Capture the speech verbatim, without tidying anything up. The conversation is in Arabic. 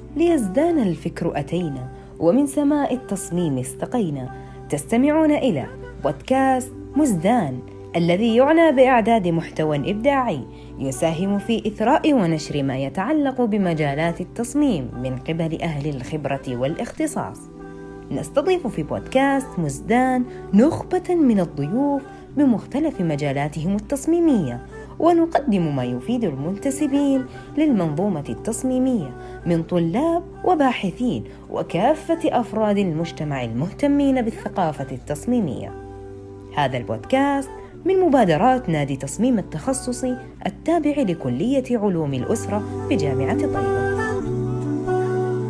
ليزدان الفكر أتينا، ومن سماء التصميم استقينا. تستمعون إلى بودكاست مزدان، الذي يعنى بإعداد محتوى إبداعي يساهم في إثراء ونشر ما يتعلق بمجالات التصميم من قبل أهل الخبرة والاختصاص. نستضيف في بودكاست مزدان نخبة من الضيوف بمختلف مجالاتهم التصميمية، ونقدم ما يفيد المنتسبين للمنظومة التصميمية من طلاب وباحثين وكافة أفراد المجتمع المهتمين بالثقافة التصميمية. هذا البودكاست من مبادرات نادي تصميم التخصصي التابع لكلية علوم الأسرة بجامعة طيبة.